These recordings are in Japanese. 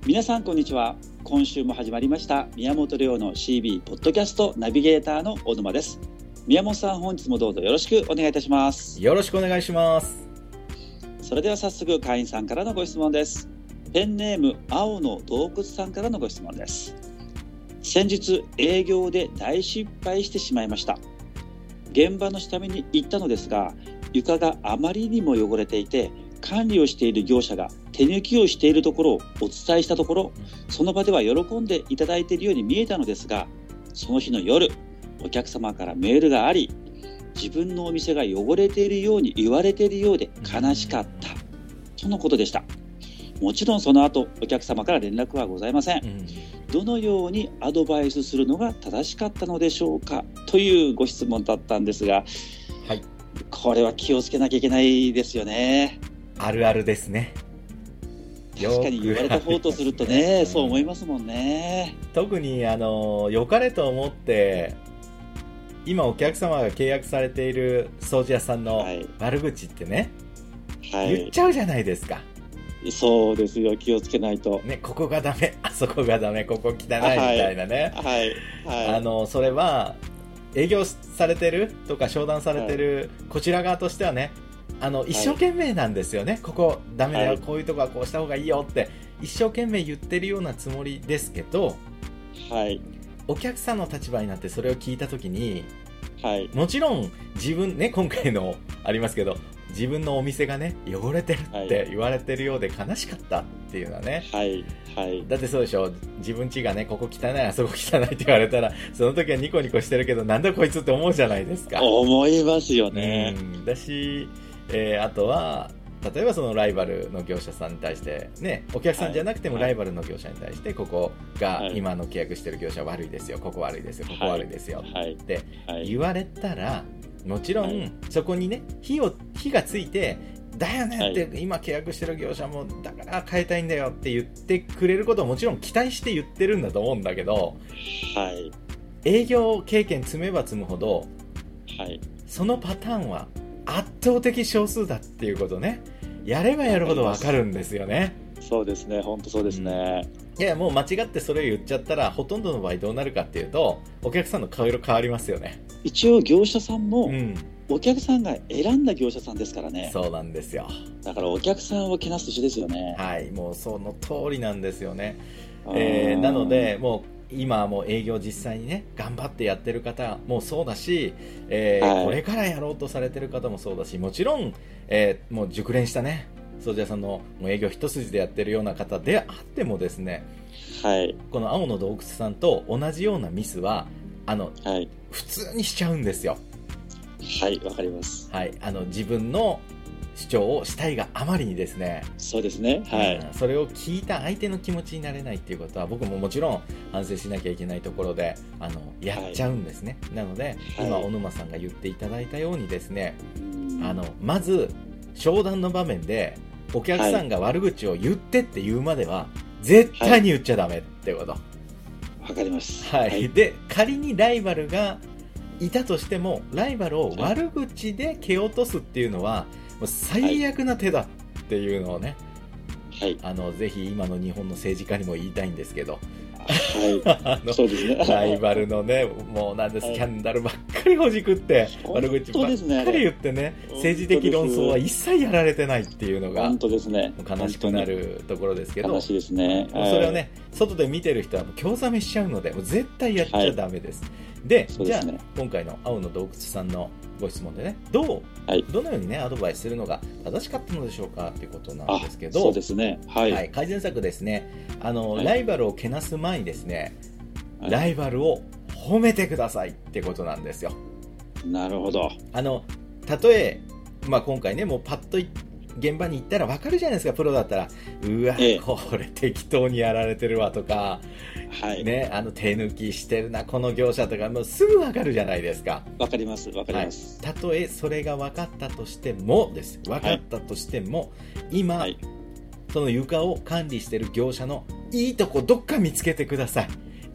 皆さんこんにちは。今週も始まりました宮本亮の CB ポッドキャストナビゲーターの小沼です。宮本さん、本日もどうぞよろしくお願いいたします。 よろしくお願いします。 それでは早速会員さんからのご質問です。ペンネーム青の洞窟さんからのご質問です。先日営業で大失敗してしまいました。現場の下見に行ったのですが、床があまりにも汚れていて、管理をしている業者が手抜きをしているところをお伝えしたところ、その場では喜んでいただいているように見えたのですが、その日の夜、お客様からメールがあり、自分のお店が汚れているように言われているようで悲しかったとのことでした。もちろんその後お客様から連絡はございません。どのようにアドバイスするのが正しかったのでしょうか、というご質問だったんですが、 はい、 これは気をつけなきゃいけないですよね。 あるあるですね。 確かに言われた方とするとね、そう思いますもんね。 特に良かれと思って今お客様が契約されている掃除屋さんの悪口ってね、言っちゃうじゃないですか。 そうですよ、気をつけないと、 ね、ここがダメ、あそこがダメ、ここ汚いみたいなね、それは営業されてるとか商談されてるこちら側としてはね、一生懸命なんですよね。ここダメだよ、こういうとこはこうした方がいいよって一生懸命言ってるようなつもりですけど、お客さんの立場になってそれを聞いたときに、もちろん自分ね、今回のありますけど、自分のお店がね汚れてるって言われてるようで悲しかったっていうのはね、だってそうでしょ。自分家がね、ここ汚い、あそこ汚いって言われたら、その時はニコニコしてるけど、なんだこいつって思うじゃないですか。 思いますよね。 だし、あとは例えばそのライバルの業者さんに対してね、お客さんじゃなくてもライバルの業者に対して、ここが今の契約してる業者悪いですよ、ここ悪いですよ、ここ悪いですよって言われたら、もちろんそこにね火がついて、だよねって、今契約してる業者もだから変えたいんだよって言ってくれることをもちろん期待して言ってるんだと思うんだけど、営業経験積めば積むほど、そのパターンは圧倒的少数だっていうことね、やればやるほど分かるんですよね。 そうですね、本当そうですね。 いや、もう間違ってそれを言っちゃったら、ほとんどの場合どうなるかっていうと、お客さんの顔色変わりますよね。 一応業者さんも、お客さんが選んだ業者さんですからね。 そうなんですよ。 だからお客さんをけなすと一緒ですよね。 もうその通りなんですよね。なのでもう今はもう営業実際にね頑張ってやってる方もそうだし、これからやろうとされてる方もそうだし、もちろん、もう熟練したね掃除屋さんのもう営業一筋でやってるような方であってもですね、この青の洞窟さんと同じようなミスは普通にしちゃうんですよ。 わかります。 自分の主張をしたいがあまりにですね、 そうですね、 それを聞いた相手の気持ちになれないっていうことは、僕ももちろん反省しなきゃいけないところでやっちゃうんですね。なので、今小沼さんが言っていただいたようにですね、まず商談の場面でお客さんが悪口を言ってって言うまでは絶対に言っちゃダメってこと。わかります。 で、仮にライバルがいたとしても、ライバルを悪口で蹴落とすっていうのはもう最悪な手だっていうのをね、ぜひ今の日本の政治家にも言いたいんですけど、そうですね、ライバルのね、もうなんでスキャンダルばっかりほじくって悪口ばっかり言ってね、政治的論争は一切やられてないっていうのが本当ですね、悲しくなるところですけど、 悲しいですね。 それをね外で見てる人は興ざめしちゃうので、もう絶対やっちゃダメです。で、じゃあ今回の青の洞窟さんのご質問でね、どのようにねアドバイスするのが正しかったのでしょうかっていうことなんですけど、 そうですね、 改善策ですね。ライバルをけなす前にですね、ライバルを褒めてくださいってことなんですよ。 なるほど。 例え、今回ね、もうパッと現場に行ったら分かるじゃないですか、プロだったら。うわ、これ適当にやられてるわとか、ね、手抜きしてるなこの業者とか、もうすぐ分かるじゃないですか。 分かります、分かります。 たとえそれが分かったとしてもです、分かったとしても、今、その床を管理してる業者のいいとこどっか見つけてください。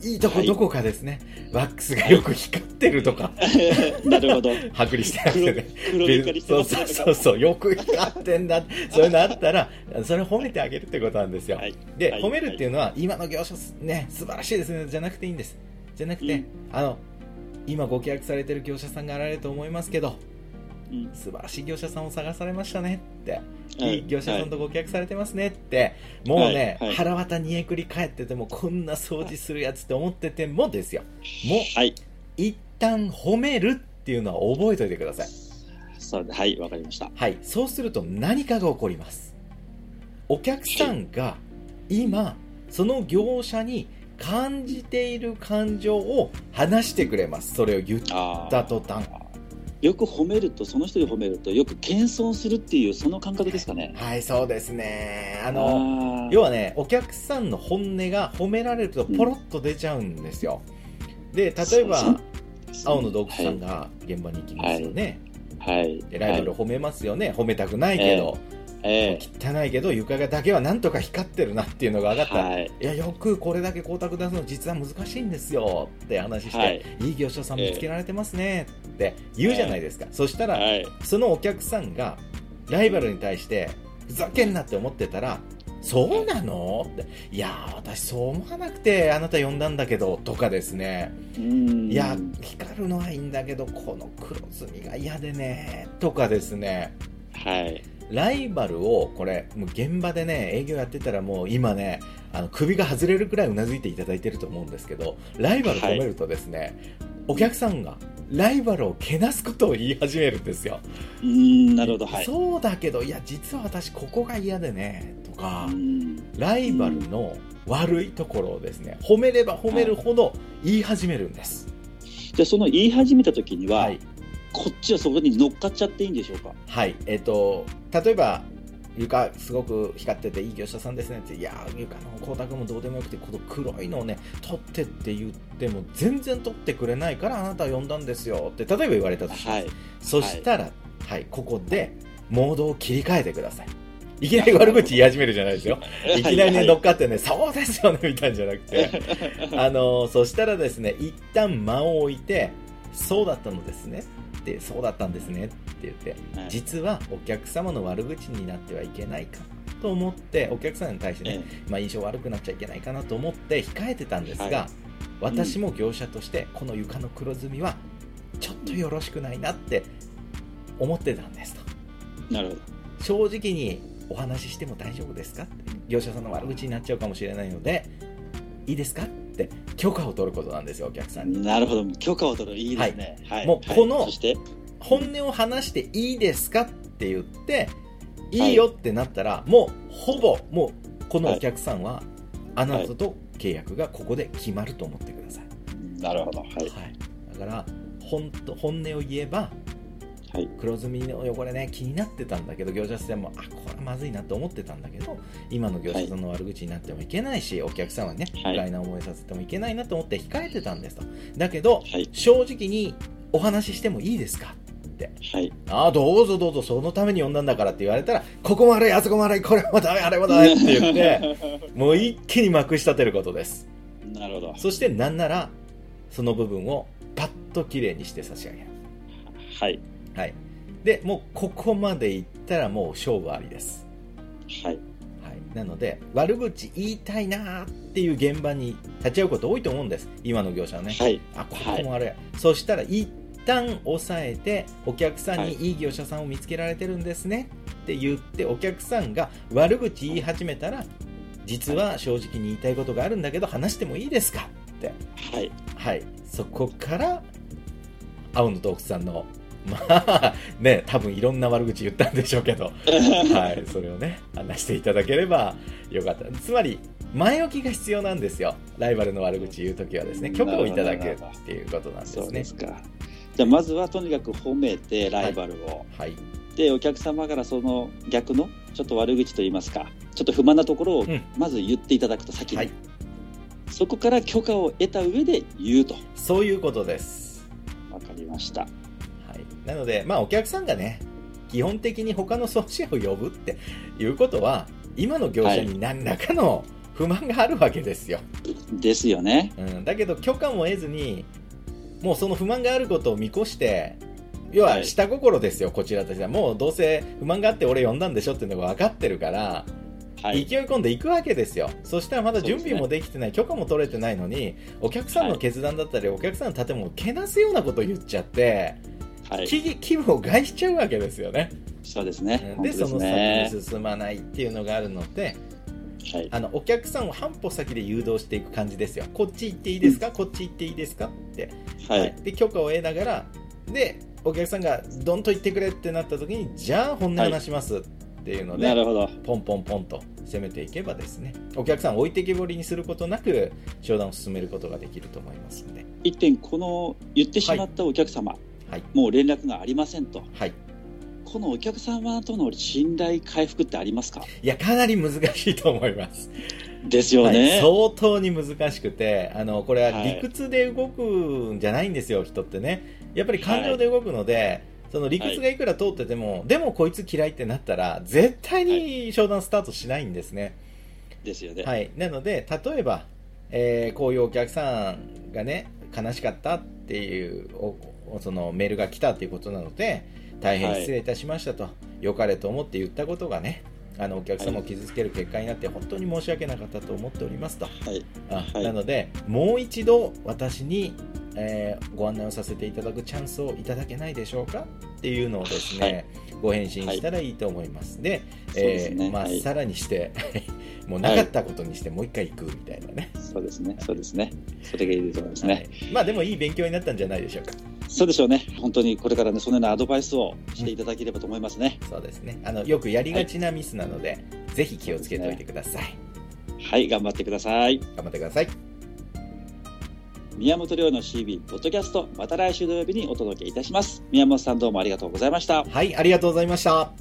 いいとこどこかですね、ワックスがよく光ってるとかなるほど、 剥離してなくてね、 黒光りしてますね、 そうよく光ってんだそういうのあったらそれを褒めてあげるってことなんですよ、はい、で、褒めるっていうのは、今の業者ね素晴らしいですねじゃなくていいんです。じゃなくて、今ご契約されてる業者さんがあられると思いますけど、素晴らしい業者さんを探されましたねって、いい業者さんとご契約されてますねって、もうね、腹渡煮えくり返っててもこんな掃除するやつって思っててもですよ、もう、一旦褒めるっていうのは覚えておいてください。 はい、わかりました。 はい、そうすると何かが起こります。お客さんが今その業者に感じている感情を話してくれます。それを言った途端、 よく褒めると、その人に褒めるとよく謙遜するっていうその感覚ですかね。 はい、そうですね。要はね、お客さんの本音が褒められるとポロッと出ちゃうんですよ、で、例えば青の洞窟さんが現場に行きますよね、でライバルを褒めますよね、褒めたくないけど、汚いけど床だけはなんとか光ってるなっていうのが分かったら、いや、よくこれだけ光沢出すの実は難しいんですよって話して、いい業者さん見つけられてますねって言うじゃないですか、そしたら、そのお客さんがライバルに対してふざけんなって思ってたら、そうなのって、いや私そう思わなくてあなた呼んだんだけどとかですね、いや光るのはいいんだけどこの黒ずみが嫌でねとかですね、ライバルを、これもう現場でね営業やってたらもう今ね首が外れるくらいうなずいていただいてると思うんですけど、ライバル褒めるとですね、お客さんがライバルをけなすことを言い始めるんですよ。 なるほど、 そうだけど、いや実は私ここが嫌でねとか、ライバルの悪いところをですね、褒めれば褒めるほど言い始めるんです。 じゃあその言い始めた時には、こっちはそこに乗っかっちゃっていいんでしょうか。 はい、例えば床すごく光ってていい業者さんですねって、いや床の光沢もどうでもよくてこの黒いのをね取ってって言っても全然取ってくれないからあなたは呼んだんですよって例えば言われたとします、そしたら、ここでモードを切り替えてください。いきなり悪口言い始めるじゃないですよいきなりね乗っかってね、そうですよねみたいんじゃなくてそしたらですね、一旦間を置いて、そうだったのですねって、そうだったんですねって言って、実はお客様の悪口になってはいけないかと思って、お客さんに対してね、印象悪くなっちゃいけないかなと思って控えてたんですが、私も業者としてこの床の黒ずみはちょっとよろしくないなって思ってたんですと。 なるほど。 正直にお話ししても大丈夫ですか、業者さんの悪口になっちゃうかもしれないのでいいですかって許可を取ることなんですよ、お客さんに。 なるほど、許可を取る、いいですね、 もうこの本音を話していいですかって言っていいよってなったら、もうほぼもうこのお客さんはあなたと契約がここで決まると思ってください。 なるほど、 だから本音を言えば、黒ずみの汚れね気になってたんだけど、業者さんもこれまずいなと思ってたんだけど、今の業者さんの悪口になってもいけないし、お客さんはね不快な思いさせてもいけないなと思って控えてたんですと。だけど、正直にお話ししてもいいですかって、どうぞどうぞ、そのために呼んだんだからって言われたら、ここも悪いあそこも悪いこれもダメあれもダメって言ってもう一気にまくし立てることです。 なるほど。 そしてなんならその部分をパッときれいにして差し上げる。でもうここまでいったらもう勝負ありです。なので悪口言いたいなっていう現場に立ち会うこと多いと思うんです、今の業者はね。ここも悪い、そしたら一旦抑えて、お客さんにいい業者さんを見つけられてるんですねって言って、お客さんが悪口言い始めたら、実は正直に言いたいことがあるんだけど話してもいいですかって、そこから青の洞窟さんの多分いろんな悪口言ったんでしょうけどそれをね話していただければよかった。つまり前置きが必要なんですよ、ライバルの悪口言うときはですね、許可をいただくっていうことなんですね。 そうですか。じゃあまずはとにかく褒めてライバルを、でお客様からその逆のちょっと悪口といいますか、ちょっと不満なところをまず言っていただくと、先に、そこから許可を得た上で言うと。 そういうことです。 わかりました。 なので、お客さんがね基本的に他の送信を呼ぶっていうことは、今の業者に何らかの不不満があるわけですよ。 ですよね。 だけど許可も得ずに、もうその不満があることを見越して、要は下心ですよ、こちらとしては。もうどうせ不満があって俺呼んだんでしょっていうのが分かってるから、勢い込んでいくわけですよ。そしたらまだ準備もできてない、許可も取れてないのに、お客さんの決断だったり、お客さんの建物をけなすようなことを言っちゃって、気分を害しちゃうわけですよね。 そうですね。 で、その先に進まないっていうのがあるので、お客さんを半歩先で誘導していく感じですよ。こっち行っていいですか、こっち行っていいですかって、で許可を得ながら、でお客さんがどんと言ってくれってなった時に、じゃあ本音話しますっていうので、 なるほど、 ポンポンポンと攻めていけばですね、お客さんを置いてけぼりにすることなく商談を進めることができると思いますので。 一点、この言ってしまったお客様、もう連絡がありませんと、このお客様との信頼回復ってありますか？ いや、かなり難しいと思います。 ですよね。 相当に難しくて、これは理屈で動くんじゃないんですよ、人ってね。やっぱり感情で動くので、その理屈がいくら通ってても、でもこいつ嫌いってなったら絶対に商談スタートしないんですね。 ですよね。 なので、例えば、こういうお客さんがね、悲しかったっていうそのメールが来たということなので、大変失礼いたしましたと、良かれと思って言ったことがね、お客様を傷つける結果になって本当に申し訳なかったと思っておりますと、なのでもう一度私に、ご案内をさせていただくチャンスをいただけないでしょうかっていうのをですね、ご返信したらいいと思います。で、さらにしてもうなかったことにしてもう一回行くみたいなね。 そうですね、そうですね。それがいいと思いますね。 でもいい勉強になったんじゃないでしょうか。 そうでしょうね。本当にこれからね、そのようなアドバイスをしていただければと思いますね。 そうですね。よくやりがちなミスなので、ぜひ気をつけておいてください。 頑張ってください。 頑張ってください。 宮本亮の CB ポッドキャスト、また来週土曜日にお届けいたします。宮本さん、どうもありがとうございました。 ありがとうございました。